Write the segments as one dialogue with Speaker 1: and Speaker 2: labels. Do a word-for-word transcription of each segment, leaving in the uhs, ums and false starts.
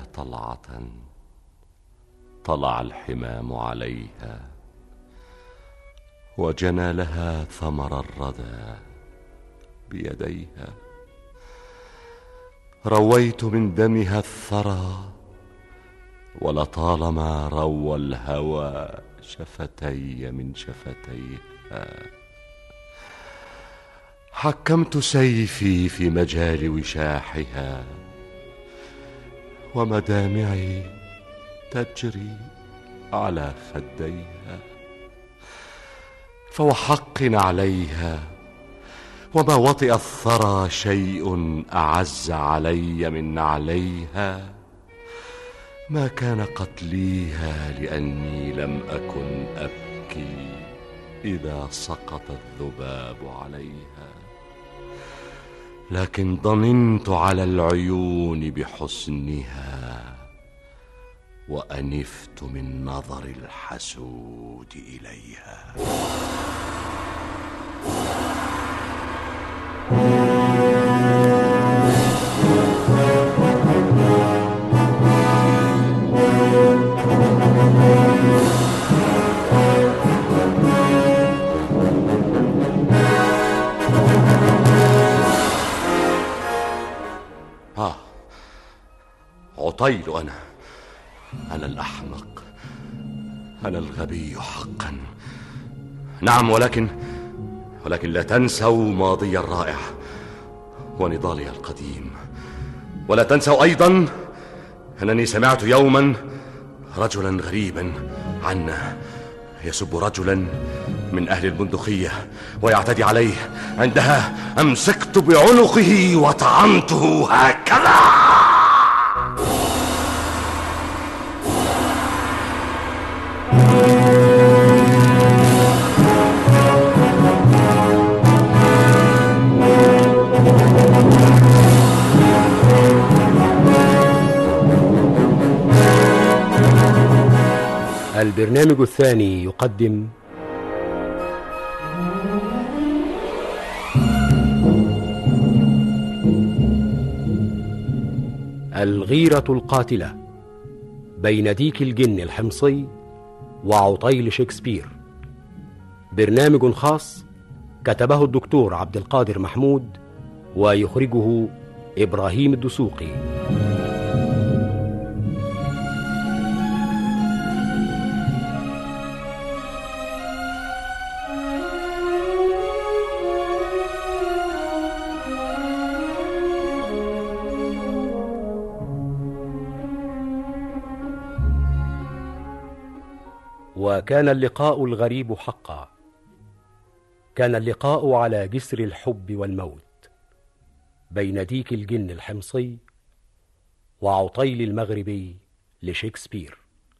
Speaker 1: طلعة طلع الحمام عليها، وجنى لها ثمر الردى بيديها. رويت من دمها الثرى، ولطالما روى الهوى شفتي من شفتيها. حكمت سيفي في مجال وشاحها، ومدامعي تجري على خديها. فوحق عليها، وما وطئ الثرى شيء أعز علي من نعليها. ما كان قتليها لأني لم أكن أبكي إذا سقط الذباب عليها، لكن ضننت على العيون بحسنها، وأنفت من نظر الحسود إليها. آه عطيل، أنا أنا الأحمق، أنا الغبي حقا. نعم، ولكن ولكن لا تنسوا ماضي الرائع ونضالي القديم، ولا تنسوا أيضا أنني سمعت يوما رجلا غريبا عنا يسب رجلا من أهل البندقية ويعتدي عليه. عندها أمسكت بعنقه وطعنته هكذا.
Speaker 2: البرنامج الثاني يقدم الغيرة القاتلة بين ديك الجن الحمصي وعطيل شكسبير. برنامج خاص كتبه الدكتور عبد القادر محمود، ويخرجه إبراهيم الدسوقي. وكان اللقاء الغريب حقا. كان اللقاء على جسر الحب والموت بين ديك الجن الحمصي وعطيل المغربي لشكسبير.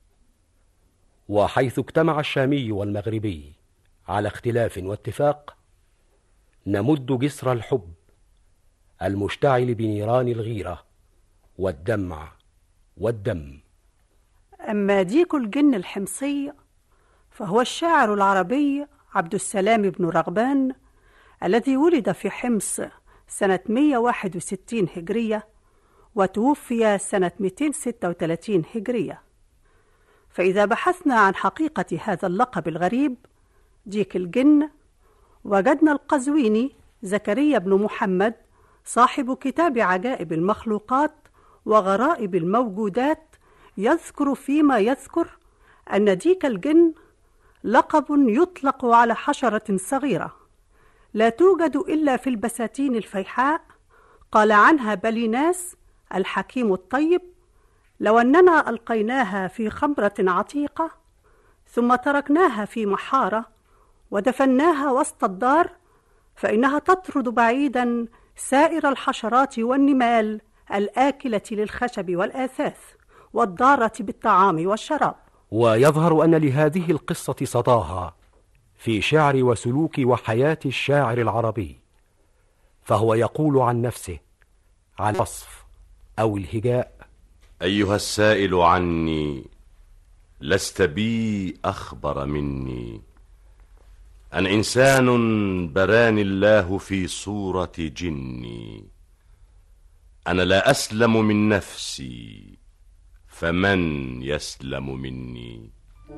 Speaker 2: وحيث اجتمع الشامي والمغربي على اختلاف واتفاق، نمد جسر الحب المشتعل بنيران الغيرة والدمع والدم.
Speaker 3: أما ديك الجن الحمصي فهو الشاعر العربي عبد السلام بن رغبان، الذي ولد في حمص سنة مئة وواحد وستين هجرية وتوفي سنة مئتين وستة وثلاثين هجرية. فإذا بحثنا عن حقيقة هذا اللقب الغريب ديك الجن، وجدنا القزويني زكريا بن محمد صاحب كتاب عجائب المخلوقات وغرائب الموجودات يذكر فيما يذكر أن ديك الجن لقب يطلق على حشرة صغيرة لا توجد إلا في البساتين الفيحاء. قال عنها بليناس الحكيم الطيب: لو أننا ألقيناها في خمرة عتيقة ثم تركناها في محارة ودفناها وسط الدار فإنها تطرد بعيدا سائر الحشرات والنمال الآكلة للخشب والآثاث والضارة بالطعام والشراب.
Speaker 2: ويظهر أن لهذه القصة صداها في شعر وسلوك وحياة الشاعر العربي، فهو يقول عن نفسه عن الوصف أو الهجاء:
Speaker 1: أيها السائل عني لست بي أخبر مني، أنا إنسان براني الله في صورة جني، أنا لا أسلم من نفسي فمن يسلم مني؟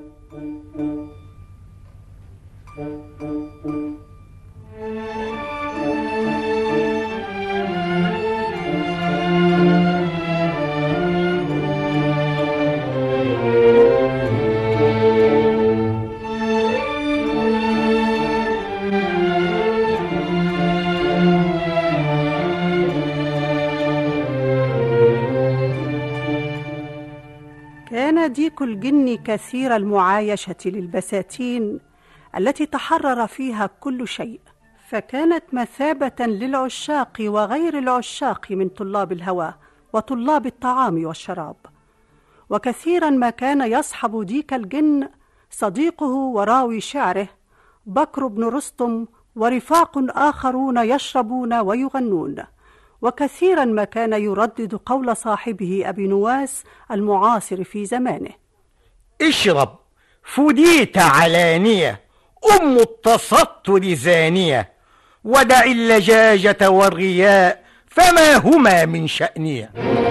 Speaker 3: كان ديك الجن كثير المعايشة للبساتين التي تحرر فيها كل شيء، فكانت مثابة للعشاق وغير العشاق من طلاب الهوى وطلاب الطعام والشراب. وكثيرا ما كان يصحب ديك الجن صديقه وراوي شعره بكر بن رستم ورفاق آخرون يشربون ويغنون. وكثيرا ما كان يردد قول صاحبه أبي نواس المعاصر في زمانه:
Speaker 4: اشرب فديت علانية أم التسطر زانية، ودع اللجاجة والرياء فما هما من شأنية.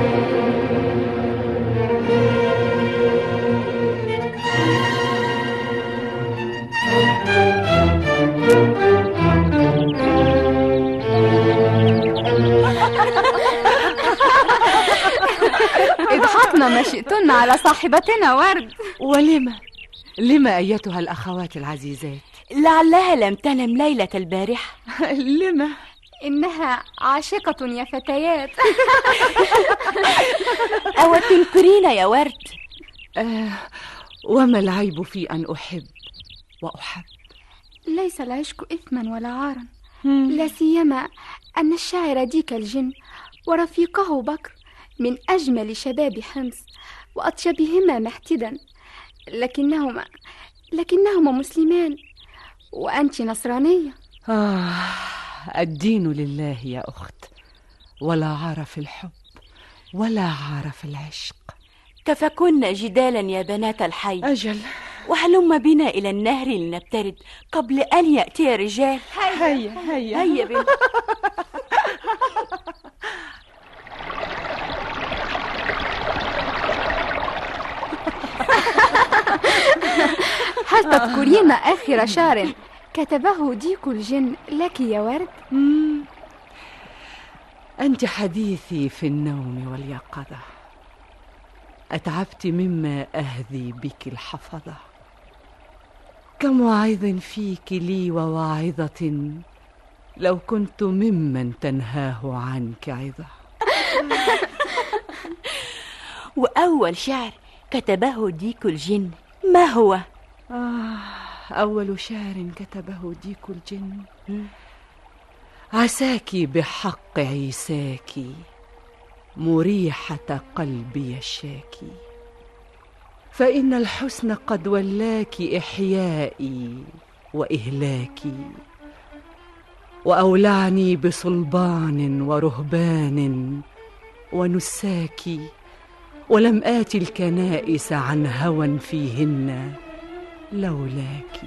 Speaker 5: اضحكنا ما شئتن على صاحبتنا ورد.
Speaker 6: ولما لما أيتها الأخوات العزيزات؟
Speaker 7: لعلها لم تنم ليلة البارحة.
Speaker 6: لما
Speaker 5: إنها عاشقة يا فتيات.
Speaker 7: أو تنكرين يا ورد؟
Speaker 6: آه وما العيب في أن أحب وأحب؟
Speaker 5: ليس العشق إثما ولا عارا، لا سيما أن الشاعر ديك الجن ورفيقه بكر من أجمل شباب حمص وأطيبهما محتدا، لكنهما لكنهما مسلمان وأنت نصرانية.
Speaker 6: آه الدين لله يا أخت، ولا عار في الحب ولا عار في العشق.
Speaker 7: كفكن جدالا يا بنات الحي.
Speaker 6: أجل،
Speaker 7: وهلم بنا إلى النهر لنبترد قبل أن يأتي الرجال.
Speaker 6: هيا هيا
Speaker 7: هيا بنا.
Speaker 5: هل تذكرين آخر شعر كتبه ديك الجن لك يا ورد؟
Speaker 6: مم. أنت حديثي في النوم واليقظة، أتعبت مما أهذي بك الحفظة. كم واعظ فيك لي وواعظة، لو كنت ممن تنهاه عنك عظة.
Speaker 7: وأول شعر كتبه ديك الجن ما هو؟
Speaker 6: آه أول شعر كتبه ديك الجن: عساكي بحق عيساكي مريحة قلبي الشاكي، فإن الحسن قد ولاك إحيائي وإهلاكي، وأولعني بصلبان ورهبان ونساكي، ولم آت الكنائس عن هوى فيهن لولاك.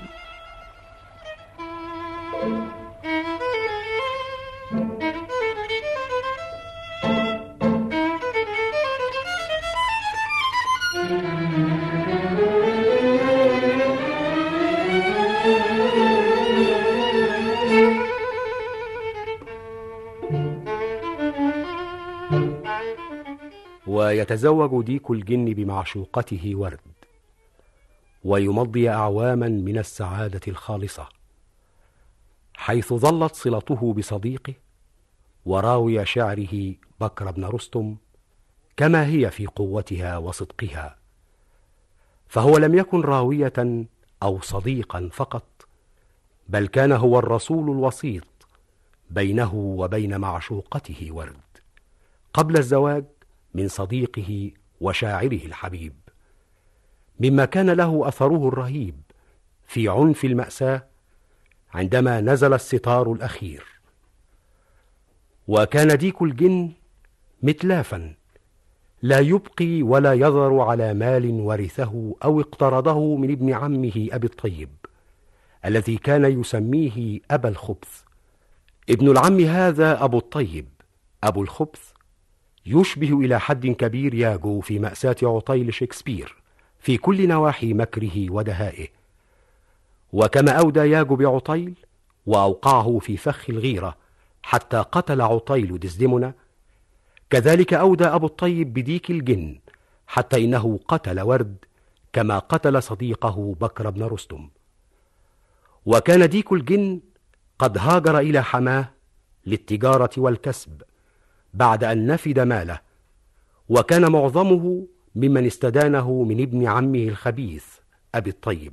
Speaker 2: ويتزوج ديك الجن بمعشوقته ورد، ويمضي أعواما من السعادة الخالصة، حيث ظلت صلته بصديقه وراوي شعره بكر بن رستم كما هي في قوتها وصدقها، فهو لم يكن راوية أو صديقا فقط، بل كان هو الرسول الوسيط بينه وبين معشوقته ورد قبل الزواج من صديقه وشاعره الحبيب، مما كان له أثره الرهيب في عنف المأساة عندما نزل الستار الأخير. وكان ديك الجن متلافا لا يبقي ولا يذر على مال ورثه أو اقترضه من ابن عمه أبي الطيب الذي كان يسميه أبا الخبث. ابن العم هذا أبو الطيب أبو الخبث يشبه إلى حد كبير ياغو في مأساة عطيل شكسبير في كل نواحي مكره ودهائه. وكما أودى ياغو بعطيل وأوقعه في فخ الغيرة حتى قتل عطيل ديسديمونا، كذلك أودى أبو الطيب بديك الجن حتى إنه قتل ورد كما قتل صديقه بكر بن رستم. وكان ديك الجن قد هاجر إلى حماه للتجارة والكسب بعد أن نفد ماله، وكان معظمه ممن استدانه من ابن عمه الخبيث أبي الطيب.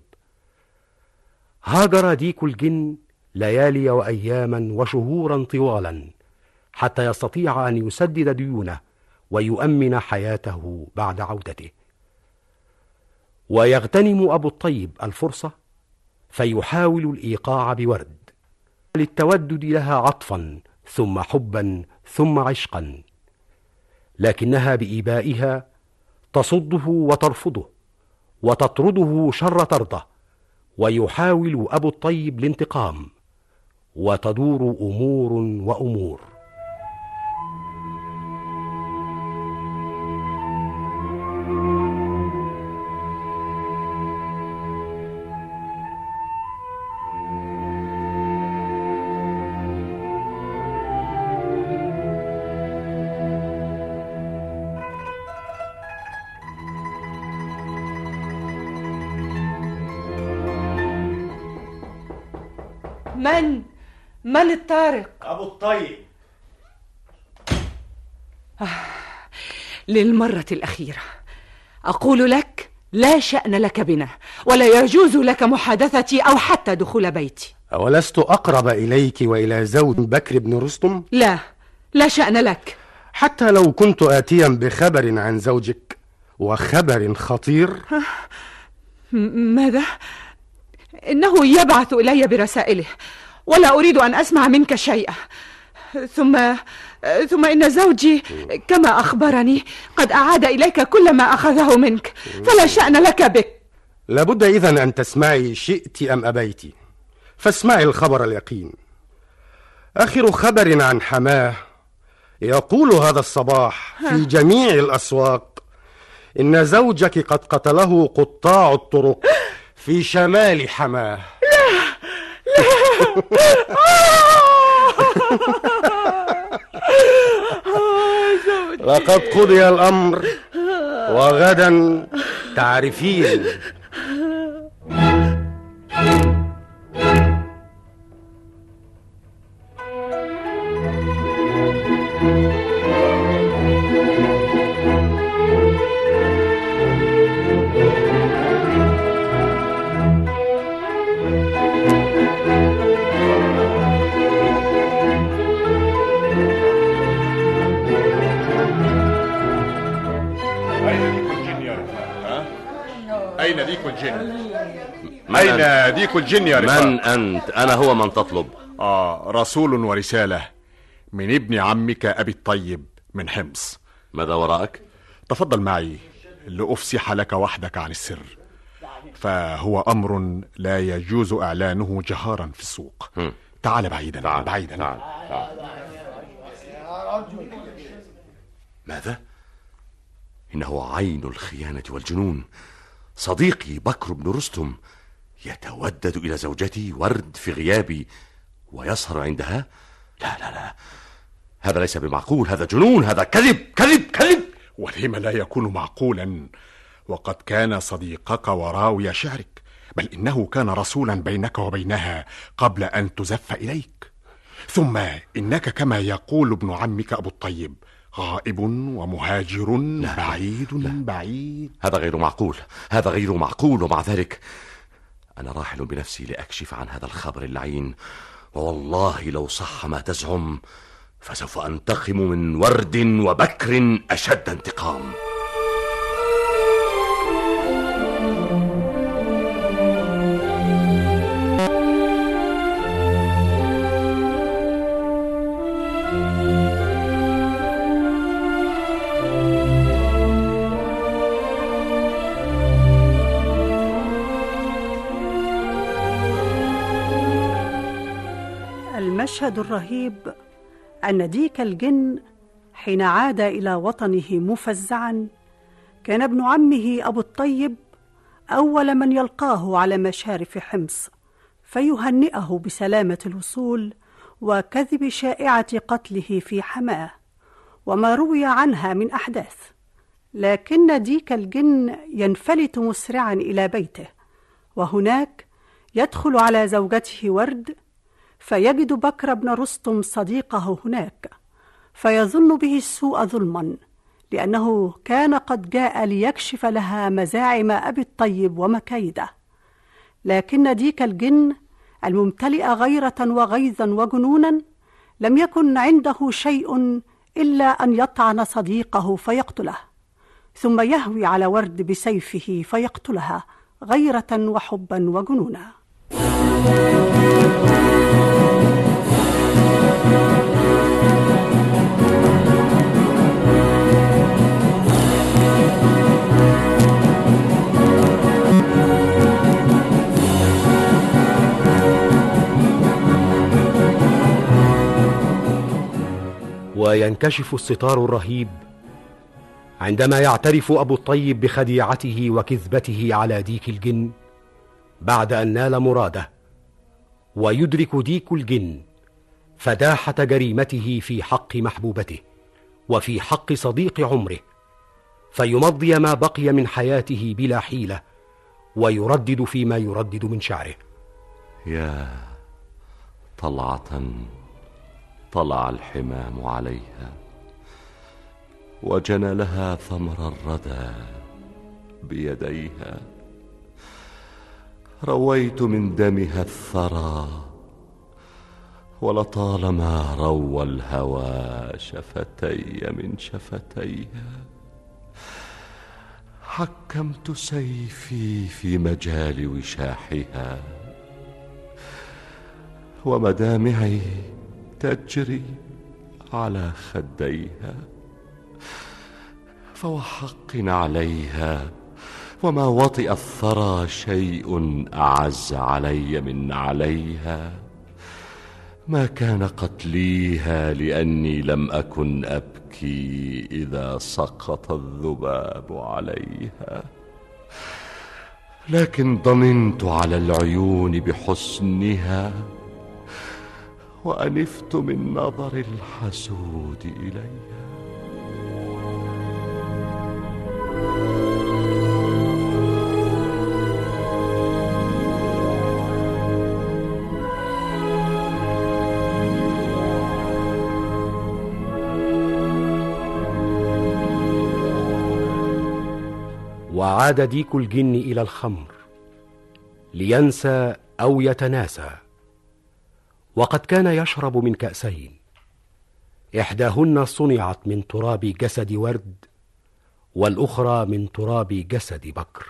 Speaker 2: هاجر ديك الجن ليالي وأياما وشهورا طوالا حتى يستطيع أن يسدد ديونه ويؤمن حياته بعد عودته. ويغتنم أبو الطيب الفرصة فيحاول الإيقاع بورد للتودد لها عطفا ثم حبا ثم عشقا، لكنها بإيبائها تصده وترفضه وتطرده شر طرده، ويحاول أبو الطيب الانتقام، وتدور أمور وأمور.
Speaker 6: من؟ من الطارق؟
Speaker 4: أبو الطيب.
Speaker 6: آه. للمرة الأخيرة أقول لك لا شأن لك بنا، ولا يجوز لك محادثتي أو حتى دخول بيتي.
Speaker 8: أولست أقرب إليك وإلى زوج بكر بن رستم؟
Speaker 6: لا، لا شأن لك.
Speaker 8: حتى لو كنت آتيا بخبر عن زوجك وخبر خطير.
Speaker 6: ماذا؟ إنه يبعث إلي برسائله ولا أريد أن أسمع منك شيئا. ثم ثم إن زوجي كما أخبرني قد أعاد إليك كل ما أخذه منك، فلا شأن لك بك.
Speaker 8: لابد إذن أن تسمعي شئت أم أبيت، فاسمعي الخبر اليقين. آخر خبر عن حماه يقول هذا الصباح في جميع الأسواق إن زوجك قد قتله قطاع الطرق في شمال حماه.
Speaker 6: لا لا
Speaker 8: لقد قضي الأمر وغدا تعرفين.
Speaker 1: أين ديك الجن؟ أين ديك الجن يا رفاق؟
Speaker 9: من أنت؟ أنا هو من تطلب.
Speaker 1: آه رسول ورسالة من ابن عمك أبي الطيب من حمص.
Speaker 9: ماذا وراءك؟
Speaker 1: تفضل معي لأفسح لك وحدك عن السر، فهو أمر لا يجوز إعلانه جهارا في السوق. م. تعال بعيدا.
Speaker 9: تعال.
Speaker 1: بعيدا
Speaker 9: تعال. تعال. ماذا؟ إنه عين الخيانة والجنون. صديقي بكر بن رستم يتودد إلى زوجتي ورد في غيابي ويسهر عندها. لا لا لا، هذا ليس بمعقول، هذا جنون، هذا كذب كذب كذب.
Speaker 1: ولم لا يكون معقولا وقد كان صديقك وراوي شعرك، بل إنه كان رسولا بينك وبينها قبل أن تزف إليك. ثم إنك كما يقول ابن عمك أبو الطيب غائب ومهاجر لا بعيد لا. بعيد.
Speaker 9: هذا غير معقول، هذا غير معقول. ومع ذلك أنا راحل بنفسي لأكشف عن هذا الخبر اللعين، ووالله لو صح ما تزعم فسوف أنتقم من ورد وبكر أشد انتقام.
Speaker 3: المشهد الرهيب أن ديك الجن حين عاد إلى وطنه مفزعا، كان ابن عمه أبو الطيب أول من يلقاه على مشارف حمص فيهنئه بسلامة الوصول وكذب شائعة قتله في حماه وما روي عنها من أحداث. لكن ديك الجن ينفلت مسرعا إلى بيته، وهناك يدخل على زوجته ورد فيجد بكر بن رستم صديقه هناك، فيظن به السوء ظلما، لأنه كان قد جاء ليكشف لها مزاعم أبي الطيب ومكايده. لكن ديك الجن الممتلئ غيرة وغيظا وجنونا لم يكن عنده شيء إلا أن يطعن صديقه فيقتله، ثم يهوي على ورد بسيفه فيقتلها غيرة وحبا وجنونا.
Speaker 2: وينكشف الستار الرهيب عندما يعترف أبو الطيب بخديعته وكذبته على ديك الجن بعد أن نال مراده، ويدرك ديك الجن فداحة جريمته في حق محبوبته وفي حق صديق عمره، فيمضي ما بقي من حياته بلا حيلة ويردد فيما يردد من شعره:
Speaker 9: يا طلعة طلع الحمام عليها، وجنى لها ثمر الردى بيديها. رويت من دمها الثرى، ولطالما روى الهوى شفتي من شفتيها. حكمت سيفي في مجال وشاحها، ومدامعي تجري على خديها. فوحق عليها، وما وطئ الثرى شيء أعز علي من عليها. ما كان قتليها لأني لم أكن أبكي إذا سقط الذباب عليها، لكن ضننت على العيون بحسنها، وأنفت من نظر الحسود إليها.
Speaker 2: وعاد ديك الجن إلى الخمر لينسى أو يتناسى، وقد كان يشرب من كأسين، إحداهن صنعت من تراب جسد ورد، والأخرى من تراب جسد بكر.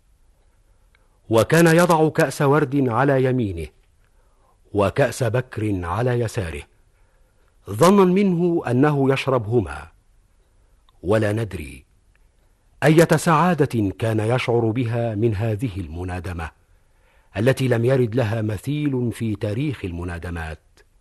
Speaker 2: وكان يضع كأس ورد على يمينه وكأس بكر على يساره، ظنا منه أنه يشربهما، ولا ندري أية سعادة كان يشعر بها من هذه المنادمة التي لم يرد لها مثيل في تاريخ المنادمات.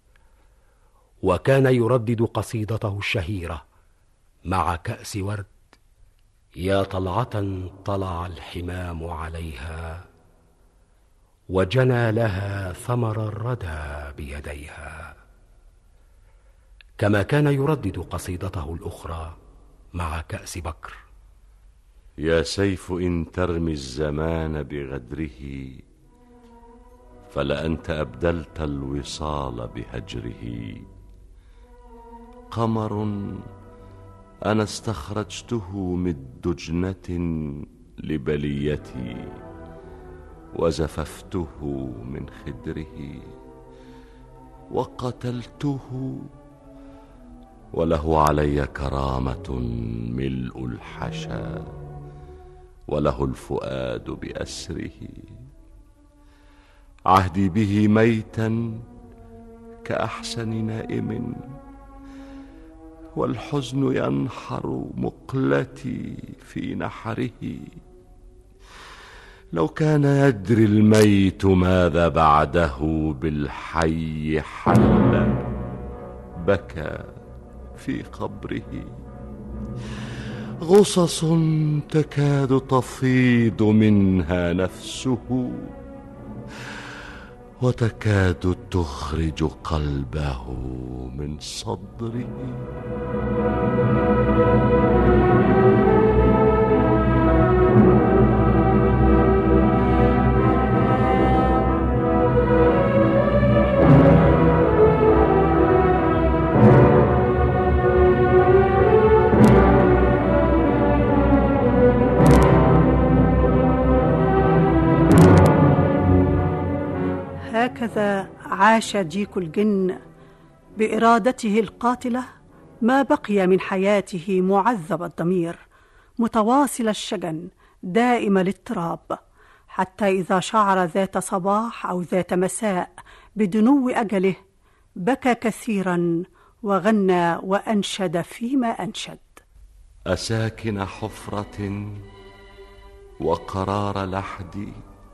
Speaker 2: وكان يردد قصيدته الشهيرة مع كأس ورد: يا طلعة طلع الحمام عليها، وجنى لها ثمر الردى بيديها. كما كان يردد قصيدته الأخرى مع كأس بكر:
Speaker 9: يا سيف إن ترمي الزمان بغدره، فلأنت أبدلت الوصال بهجره. قمر أنا استخرجته من دجنة لبليتي، وزففته من خدره، وقتلته، وله علي كرامة ملء الحشا، وله الفؤاد بأسره. عهدي به ميتا كأحسن نائم، والحزن ينحر مقلتي في نحره. لو كان يدري الميت ماذا بعده بالحي حل، بكى في قبره، غصص تكاد تفيض منها نفسه وتكاد تخرج قلبه من صدره.
Speaker 3: هكذا عاش ديك الجن بإرادته القاتلة ما بقي من حياته معذب الضمير، متواصل الشجن، دائم الاضطراب، حتى إذا شعر ذات صباح أو ذات مساء بدنو أجله بكى كثيرا وغنى وأنشد فيما أنشد:
Speaker 9: أساكن حفرة وقرار لحدي،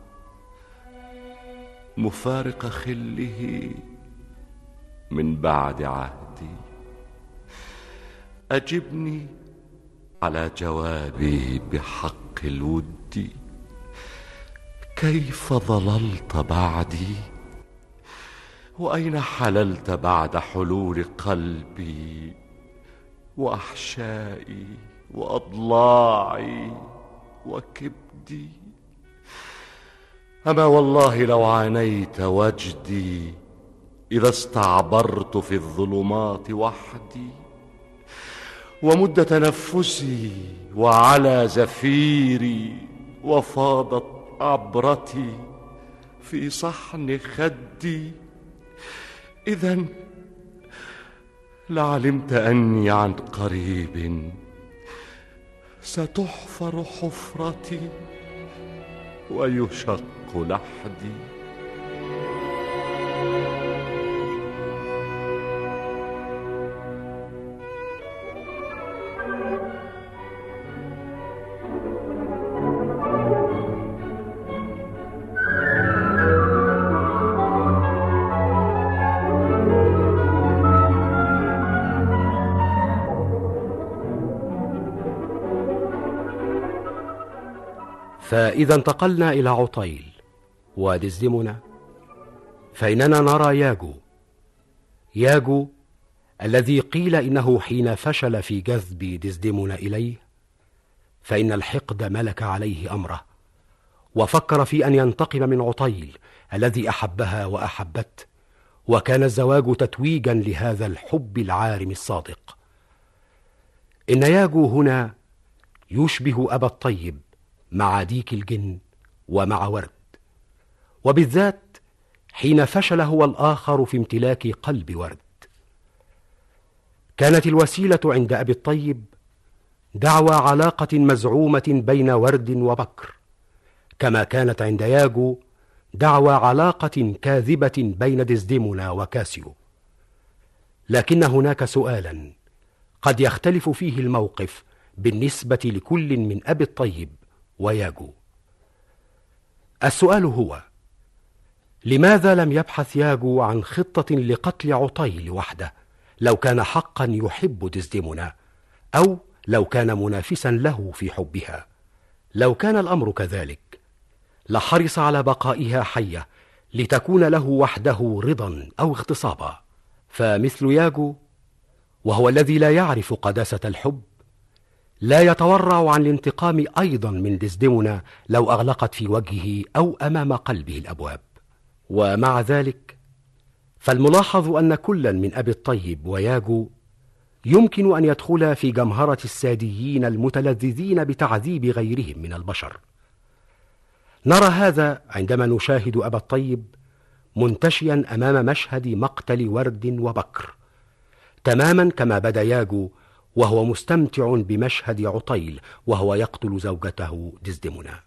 Speaker 9: مفارق خله من بعد عهدي، أجبني على جوابي بحق الود، كيف ضللت بعدي؟ وأين حللت بعد حلول قلبي وأحشائي وأضلاعي وكبدي؟ أما والله لو عانيت وجدي إذا استعبرت في الظلمات وحدي، ومد تنفسي وعلى زفيري وفاضت عبرتي في صحن خدي، إذن لعلمت أني عن قريب ستحفر حفرتي ويشق لحدي.
Speaker 2: فإذا انتقلنا إلى عطيل ودزدمنا فإننا نرى ياجو ياجو الذي قيل إنه حين فشل في جذب دزدمنا إليه فإن الحقد ملك عليه أمره، وفكر في أن ينتقم من عطيل الذي أحبها وأحبته، وكان الزواج تتويجا لهذا الحب العارم الصادق. إن ياجو هنا يشبه أبا الطيب مع ديك الجن ومع ورد، وبالذات حين فشل هو الآخر في امتلاك قلب ورد. كانت الوسيلة عند أبي الطيب دعوى علاقة مزعومة بين ورد وبكر، كما كانت عند ياجو دعوى علاقة كاذبة بين دزدمنا وكاسيو. لكن هناك سؤالا قد يختلف فيه الموقف بالنسبة لكل من أبي الطيب وياجو. السؤال هو: لماذا لم يبحث ياجو عن خطة لقتل عطيل وحده لو كان حقا يحب دزدمنا، أو لو كان منافسا له في حبها؟ لو كان الأمر كذلك لحرص على بقائها حية لتكون له وحده رضا أو اغتصابا. فمثل ياجو، وهو الذي لا يعرف قداسة الحب، لا يتورع عن الانتقام أيضا من دزدمنا لو أغلقت في وجهه أو أمام قلبه الأبواب. ومع ذلك فالملاحظ أن كلا من أبي الطيب وياجو يمكن أن يدخل في جمهرة الساديين المتلذذين بتعذيب غيرهم من البشر. نرى هذا عندما نشاهد أبا الطيب منتشيا أمام مشهد مقتل ورد وبكر، تماما كما بدا ياجو وهو مستمتع بمشهد عطيل وهو يقتل زوجته دزدمنا.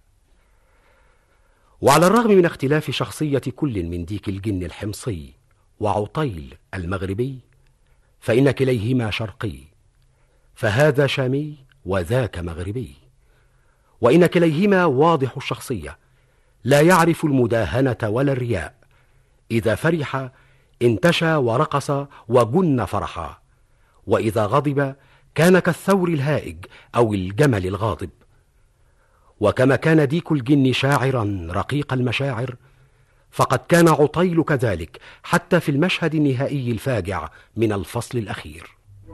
Speaker 2: وعلى الرغم من اختلاف شخصية كل من ديك الجن الحمصي وعطيل المغربي، فإن كليهما شرقي، فهذا شامي وذاك مغربي، وإن كليهما واضح الشخصية، لا يعرف المداهنة ولا الرياء، إذا فرح انتشى ورقص وجن فرحا، وإذا غضب كان كالثور الهائج أو الجمل الغاضب. وكما كان ديك الجن شاعرا رقيق المشاعر، فقد كان عطيل كذلك حتى في المشهد النهائي الفاجع من الفصل الأخير.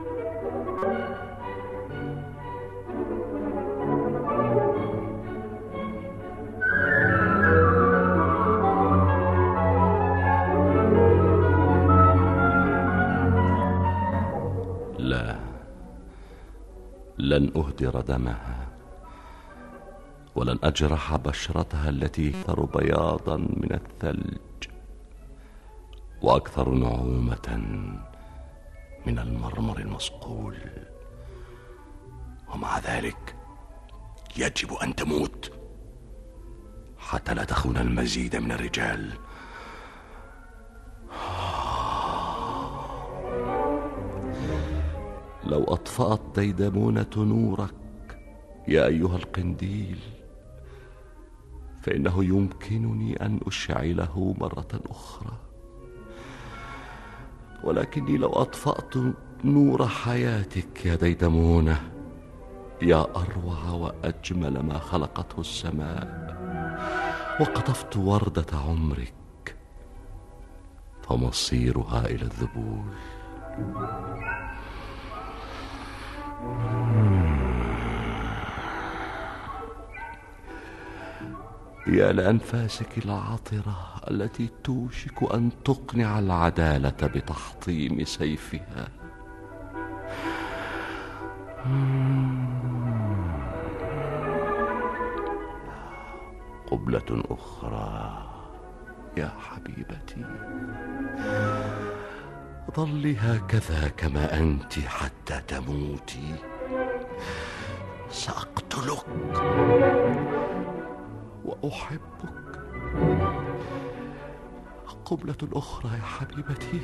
Speaker 9: لا، لن أهدر دمها، ولن أجرح بشرتها التي أكثر بياضا من الثلج وأكثر نعومة من المرمر المصقول. ومع ذلك يجب أن تموت حتى لا تخون المزيد من الرجال. لو أطفأت ديدمونة نورك يا أيها القنديل، فإنه يمكنني أن أشعله مرة أخرى، ولكني لو أطفأت نور حياتك يا ديدمونة، يا أروع وأجمل ما خلقته السماء، وقطفت وردة عمرك، فمصيرها إلى الذبول. يا لأنفاسك العطرة التي توشك أن تقنع العدالة بتحطيم سيفها. قبلة أخرى يا حبيبتي، ظلي هكذا كما أنت حتى تموتي. سأقتلك وأحبك. قبلة أخرى يا حبيبتي.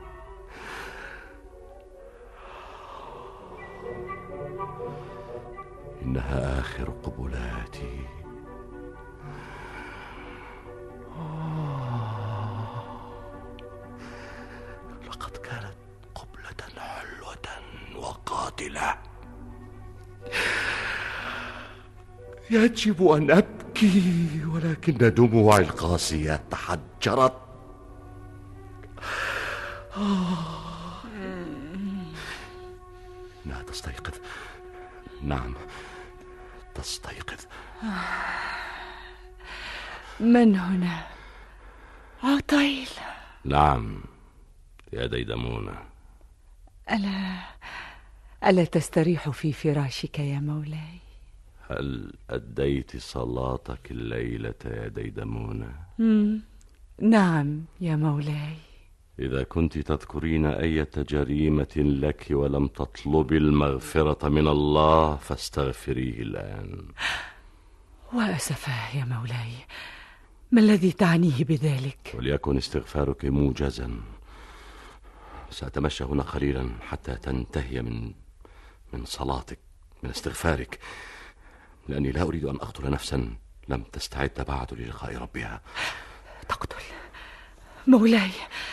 Speaker 9: إنها آخر قبلاتي. لقد كانت قبلة حلوة وقاتلة. يجب أن أبكي، ولكن دموعي القاسية تحجرت. إنها تستيقظ. نعم، تستيقظ.
Speaker 6: من هنا؟ عطيل.
Speaker 9: نعم يا ديدمونة.
Speaker 6: ألا ألا تستريح في فراشك يا مولاي؟
Speaker 9: هل أديت صلاتك الليلة يا ديدمونة؟
Speaker 6: مم. نعم يا مولاي.
Speaker 9: إذا كنت تذكرين أي جريمة لك ولم تطلبي المغفرة من الله فاستغفريه الآن.
Speaker 6: وأسفاه يا مولاي، ما الذي تعنيه بذلك؟
Speaker 9: وليكن استغفارك موجزا. سأتمشى هنا قليلا حتى تنتهي من من صلاتك، من استغفارك، لأني لا أريد أن أقتل نفسا لم تستعد بعد للقاء ربها.
Speaker 6: تقتل مولاي؟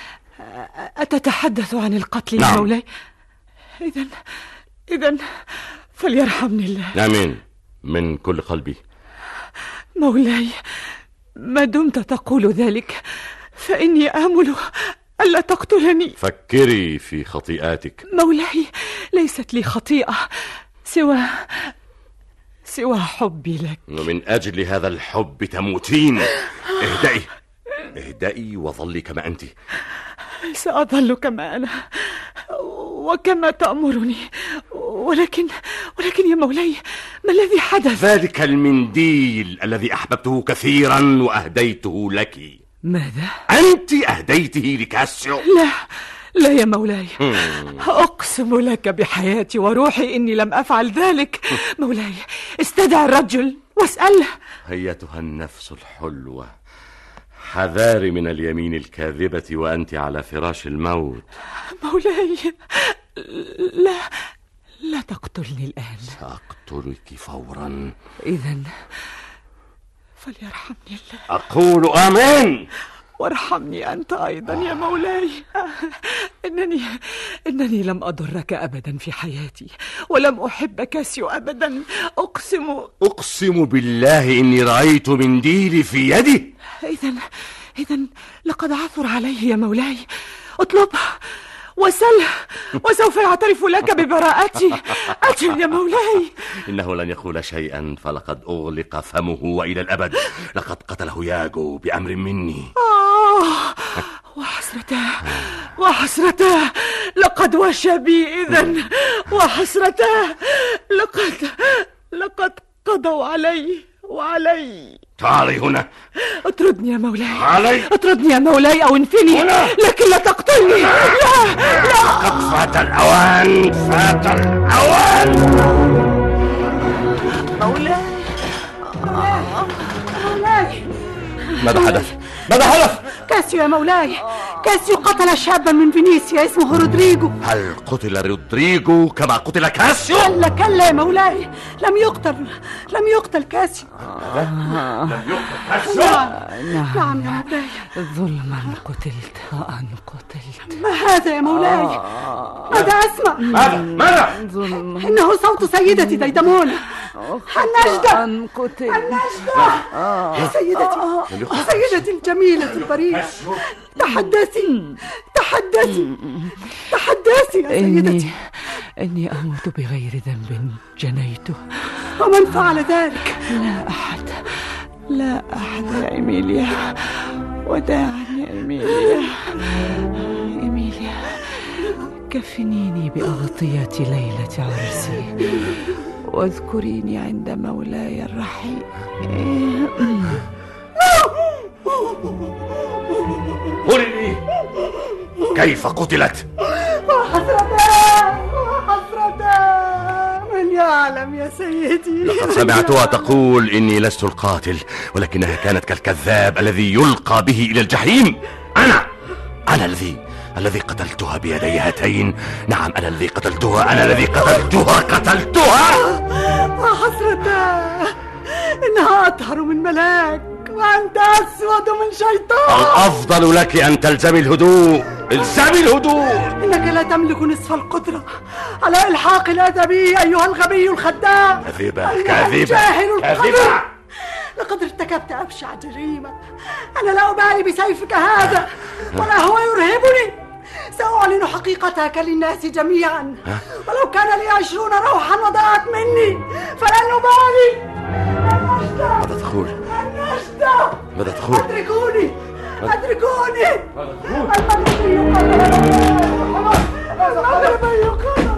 Speaker 6: أتتحدث عن القتل؟
Speaker 9: نعم.
Speaker 6: يا مولاي، إذن إذن فليرحمني الله.
Speaker 9: آمين من كل قلبي.
Speaker 6: مولاي، ما دمت تقول ذلك فإني آمل ألا تقتلني.
Speaker 9: فكري في خطيئاتك.
Speaker 6: مولاي، ليست لي خطيئة سوى سوى حبي لك.
Speaker 9: ومن أجل هذا الحب تموتين. اهدئي اهدئي وظلي كما أنت.
Speaker 6: سأظل كما أنا وكما تأمرني، ولكن ولكن يا مولاي، ما الذي حدث؟
Speaker 9: ذلك المنديل الذي أحببته كثيرا وأهديته لك.
Speaker 6: ماذا؟
Speaker 9: أنت أهديته لكاسيو.
Speaker 6: لا لا يا مولاي، أقسم لك بحياتي وروحي إني لم أفعل ذلك. مولاي، استدع الرجل واسأله.
Speaker 9: أيتها النفس الحلوة، حذاري من اليمين الكاذبة وأنت على فراش الموت.
Speaker 6: مولاي، لا لا تقتلني الآن.
Speaker 9: سأقتلك فورا.
Speaker 6: إذن فليرحمني الله.
Speaker 9: أقول آمين.
Speaker 6: وارحمني أنت أيضا يا مولاي. إنني إنني لم أضرك أبدا في حياتي، ولم أحب كاسيو أبدا. أقسم
Speaker 9: أقسم بالله إني رأيت منديلي في يدي.
Speaker 6: إذن إذن لقد عثر عليه يا مولاي. اطلبه وسله وسوف يعترف لك ببراءتي. أجل يا مولاي.
Speaker 9: إنه لن يقول شيئا، فلقد أغلق فمه وإلى الأبد. لقد قتله ياغو بأمر مني.
Speaker 6: آه وحسرته وحسرته لقد وشى بي إذن. وحسرته لقد لقد قضوا علي وعلي.
Speaker 9: تعالي هنا.
Speaker 6: اطردني يا مولاي.
Speaker 9: تعالي.
Speaker 6: اطردني يا مولاي أو انفني هنا. لكن لا تقتلني. لا لا.
Speaker 9: قد فات الأوان، فات الأوان.
Speaker 3: مولاي مولاي.
Speaker 9: ماذا حدث؟ ماذا حدث؟
Speaker 3: كاسيو يا مولاي، كاسيو قتل شابا من فينيسيا اسمه رودريجو.
Speaker 9: هل قتل رودريجو كما قتل كاسيو؟
Speaker 3: كلا كلا يا مولاي، لم يقتل لم يقتل كاسيو.
Speaker 9: لم يقتل كاسيو؟
Speaker 3: نعم نعم يا مولاي.
Speaker 6: ظلما قتلت وأن قتلت.
Speaker 3: ما هذا يا مولاي؟ ماذا أسمع؟
Speaker 9: ماذا؟ ماذا؟
Speaker 6: ظلما.
Speaker 3: إنه صوت سيدتي ديدمونة. النجدة
Speaker 6: أن قتلت.
Speaker 3: النجدة. سيدتي سيدتي الجميلة البريئة، تحدثي تحدثي تحدثي يا سيدتي.
Speaker 6: إني إني أموت بغير ذنب جنيته.
Speaker 3: ومن فعل ذلك؟
Speaker 6: لا أحد لا أحد يا إيميليا. وداعا يا إيميليا. إيميليا، كفنيني بأغطية ليلة عرسي، واذكريني عند مولاي الرحيم.
Speaker 9: قولي لي كيف قتلت؟
Speaker 3: وحسرتها وحسرتها، من يعلم يا سيدي.
Speaker 9: لقد سمعتها تقول إني لست القاتل، ولكنها كانت كالكذاب الذي يلقى به إلى الجحيم. أنا أنا الذي الذي قتلتها بيدي هاتين. نعم أنا الذي قتلتها، أنا الذي قتلتها قتلتها.
Speaker 3: وحسرتها، إنها أطهر من ملاك وأنت أسود من شيطان.
Speaker 9: الأفضل لك أن تلزمي الهدوء. الزمي الهدوء.
Speaker 3: إنك لا تملك نصف القدرة على إلحاق الأدبي أيها الغبي الخداع.
Speaker 9: كاذبة كاذبة
Speaker 3: كاذبة. لقد ارتكبت أبشع جريمة. أنا لا أبالي بسيفك هذا ولا هو يرهبني. سأعلن حقيقتك للناس جميعا، ولو كان لي عشرون روحا وضاعت مني فلن أبالي.
Speaker 9: ماذا تقول؟
Speaker 3: النجدة.
Speaker 9: ماذا تقول؟
Speaker 3: أدركوني أدركوني. المغربي يقتل.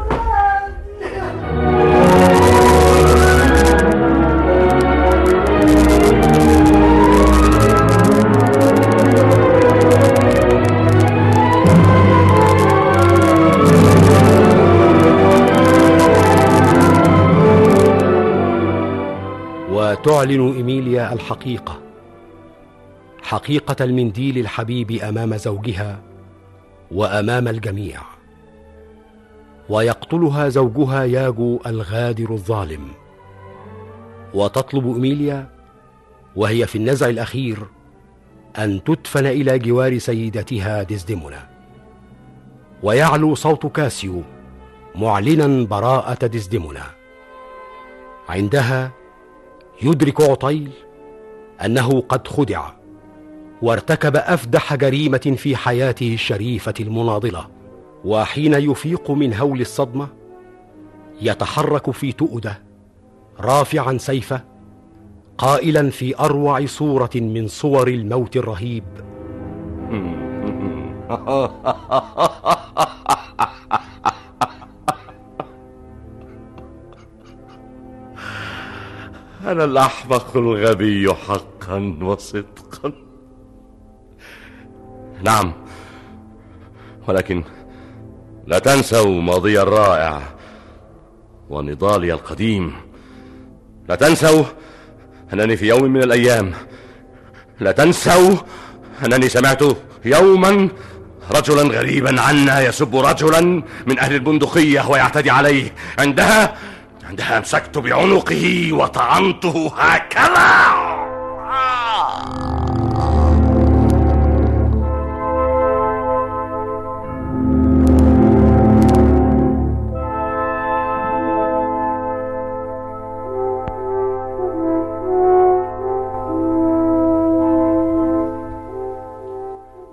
Speaker 2: وتعلن إيميليا الحقيقة، حقيقة المنديل الحبيب أمام زوجها وأمام الجميع. ويقتلها زوجها ياغو الغادر الظالم. وتطلب إيميليا وهي في النزع الأخير أن تدفن إلى جوار سيدتها ديزديمونا. ويعلو صوت كاسيو معلنا براءة ديزديمونا. عندها يدرك عطيل أنه قد خدع وارتكب أفدح جريمة في حياته الشريفة المناضلة. وحين يفيق من هول الصدمة يتحرك في تؤدة رافعا سيفه قائلا في أروع صورة من صور الموت الرهيب:
Speaker 9: أنا الأحمق الغبي حقا وصدقا. نعم، ولكن لا تنسوا ماضي الرائع ونضالي القديم. لا تنسوا أنني في يوم من الأيام، لا تنسوا أنني سمعت يوما رجلا غريبا عنا يسب رجلا من أهل البندقية ويعتدي عليه. عندها عندها أمسكت بعنقه وطعنته هكذا.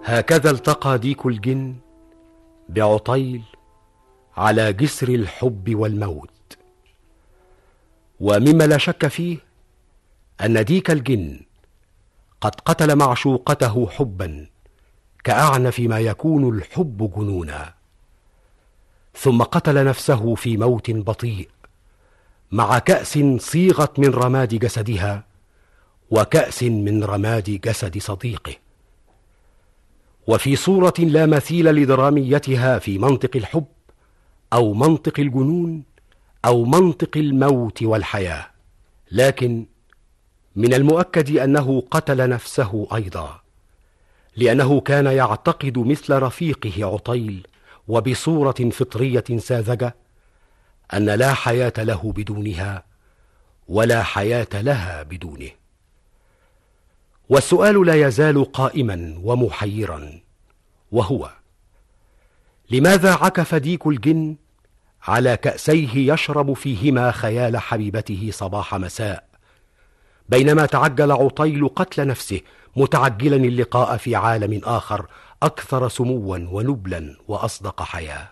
Speaker 2: هكذا التقى ديك الجن بعطيل على جسر الحب والموت. ومما لا شك فيه أن ديك الجن قد قتل معشوقته حبا كأعنف ما يكون الحب جنونا، ثم قتل نفسه في موت بطيء مع كأس صيغت من رماد جسدها وكأس من رماد جسد صديقه، وفي صورة لا مثيل لدراميتها في منطق الحب أو منطق الجنون أو منطق الموت والحياة. لكن من المؤكد أنه قتل نفسه أيضا، لأنه كان يعتقد مثل رفيقه عطيل وبصورة فطرية ساذجة أن لا حياة له بدونها ولا حياة لها بدونه. والسؤال لا يزال قائما ومحيرا، وهو: لماذا عكف ديك الجن على كأسيه يشرب فيهما خيال حبيبته صباح مساء، بينما تعجل عطيل قتل نفسه متعجلا اللقاء في عالم آخر أكثر سموا ونبلا وأصدق حياة؟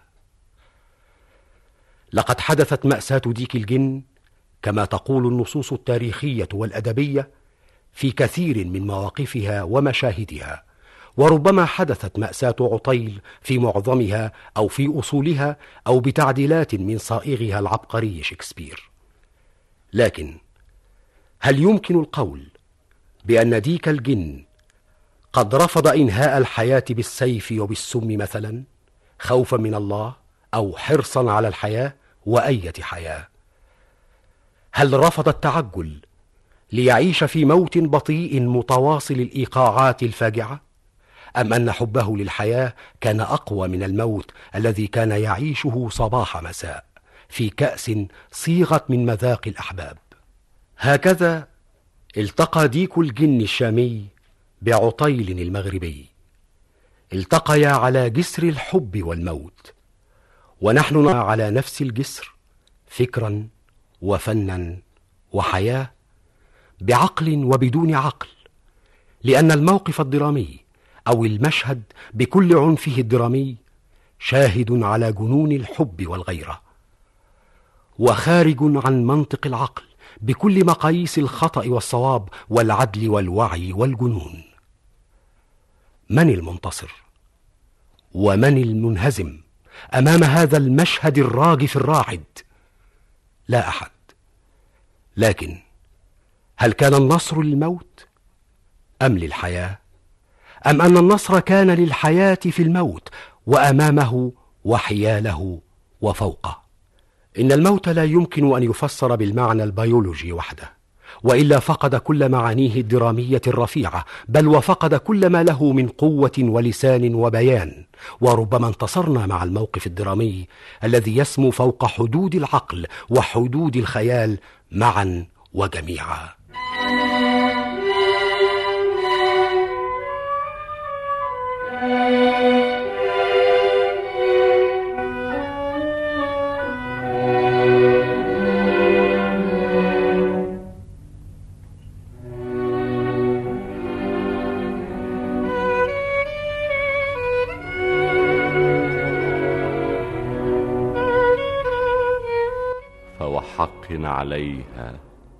Speaker 2: لقد حدثت مأساة ديك الجن كما تقول النصوص التاريخية والأدبية في كثير من مواقفها ومشاهدها، وربما حدثت مأساة عطيل في معظمها أو في أصولها أو بتعديلات من صائغها العبقري شكسبير. لكن هل يمكن القول بأن ديك الجن قد رفض إنهاء الحياة بالسيف وبالسم مثلا، خوفا من الله أو حرصا على الحياة وأية حياة؟ هل رفض التعجل ليعيش في موت بطيء متواصل الإيقاعات الفاجعة، أم أن حبه للحياة كان أقوى من الموت الذي كان يعيشه صباح مساء في كأس صيغت من مذاق الأحباب؟ هكذا التقى ديك الجن الشامي بعطيل المغربي، التقيا على جسر الحب والموت، ونحن على نفس الجسر فكرا وفنا وحياة، بعقل وبدون عقل، لأن الموقف الدرامي أو المشهد بكل عنفه الدرامي شاهد على جنون الحب والغيرة، وخارج عن منطق العقل بكل مقاييس الخطأ والصواب والعدل والوعي والجنون. من المنتصر ومن المنهزم أمام هذا المشهد الراجف الراعد؟ لا أحد. لكن هل كان النصر للموت أم للحياة، أم أن النصر كان للحياة في الموت وأمامه وحياله وفوقه؟ إن الموت لا يمكن أن يفسر بالمعنى البيولوجي وحده، وإلا فقد كل معانيه الدرامية الرفيعة، بل وفقد كل ما له من قوة ولسان وبيان. وربما انتصرنا مع الموقف الدرامي الذي يسمو فوق حدود العقل وحدود الخيال معا وجميعا.
Speaker 9: فوحق عليها،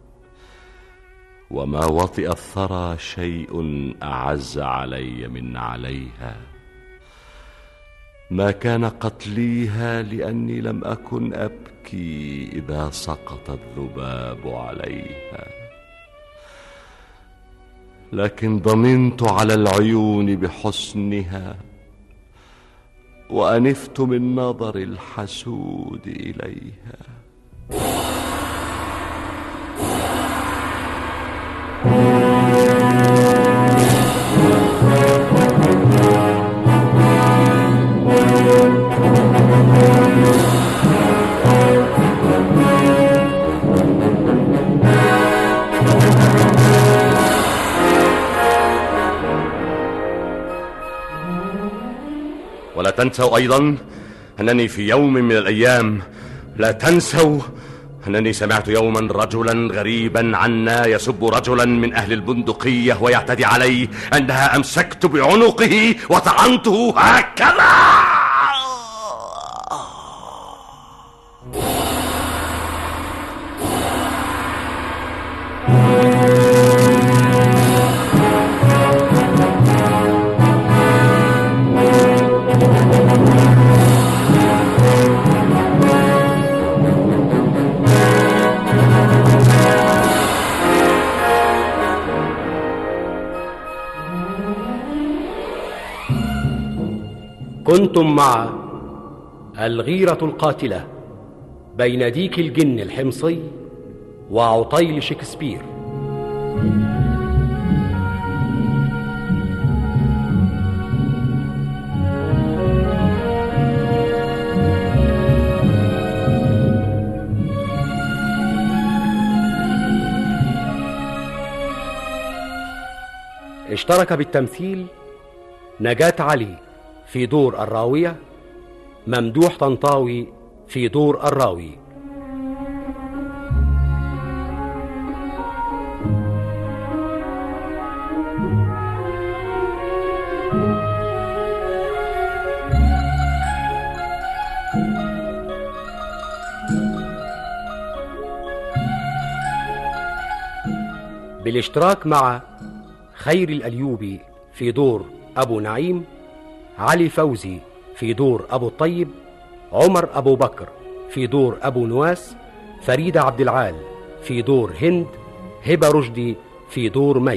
Speaker 9: وما وطئ الثرى شيء أعز علي من عليها. ما كان قتليها لأني لم أكن أبكي إذا سقط الذباب عليها، لكن ضمنت على العيون بحسنها، وأنفت من نظر الحسود إليها. ولا تنسوا أيضا أنني في يوم من الأيام، لا تنسوا أنني سمعت يوما رجلا غريبا عنا يسب رجلا من أهل البندقية ويعتدي عليه، عندها أمسكت بعنقه وطعنته هكذا.
Speaker 2: كنتم مع الغيرة القاتلة بين ديك الجن الحمصي وعطيل شكسبير. اشترك بالتمثيل نجاة علي في دور الراوية، ممدوح طنطاوي في دور الراوي. بالاشتراك مع خير الأليوبي في دور أبو نعيم، علي فوزي في دور أبو الطيب، عمر أبو بكر في دور أبو نواس، فريدة عبد العال في دور هند، هبة رشدي في دور مي.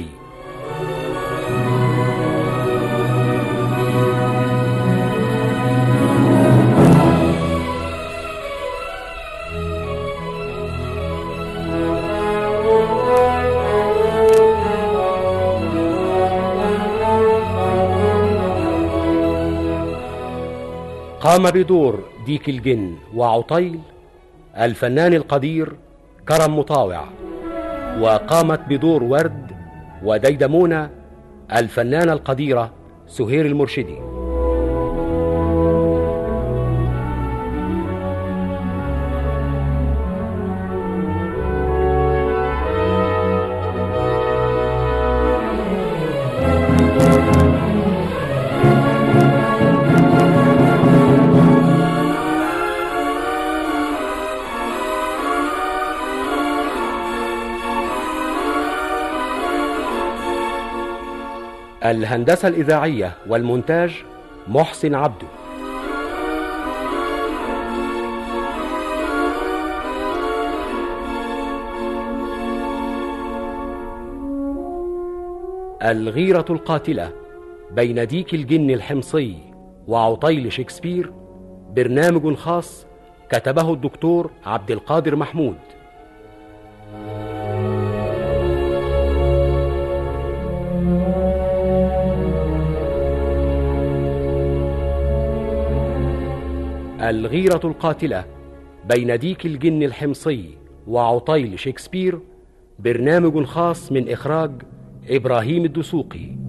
Speaker 2: قام بدور ديك الجن وعطيل الفنان القدير كرم مطاوع، وقامت بدور ورد وديدمونة الفنانة القديرة سهير المرشدي. الهندسة الإذاعية والمونتاج محسن عبده. الغيرة القاتلة بين ديك الجن الحمصي وعطيل شكسبير، برنامج خاص كتبه الدكتور عبد القادر محمود. الغيرة القاتلة بين ديك الجن الحمصي وعطيل شكسبير، برنامج خاص من إخراج إبراهيم الدسوقي.